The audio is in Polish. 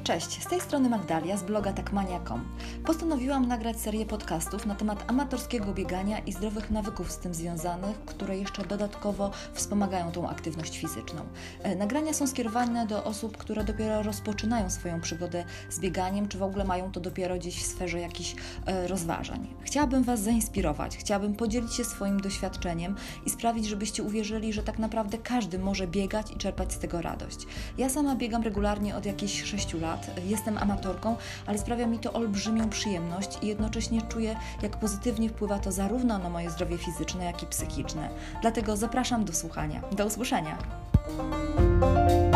Cześć, z tej strony Magdalia z bloga takmania.com. Postanowiłam nagrać serię podcastów na temat amatorskiego biegania i zdrowych nawyków z tym związanych, które jeszcze dodatkowo wspomagają tą aktywność fizyczną. Nagrania są skierowane do osób, które dopiero rozpoczynają swoją przygodę z bieganiem, czy w ogóle mają to dopiero gdzieś w sferze jakichś rozważań. Chciałabym Was zainspirować, chciałabym podzielić się swoim doświadczeniem i sprawić, żebyście uwierzyli, że tak naprawdę każdy może biegać i czerpać z tego radość. Ja sama biegam regularnie od jakichś 6 lat. Jestem amatorką, ale sprawia mi to olbrzymią przyjemność i jednocześnie czuję, jak pozytywnie wpływa to zarówno na moje zdrowie fizyczne, jak i psychiczne. Dlatego zapraszam do słuchania. Do usłyszenia!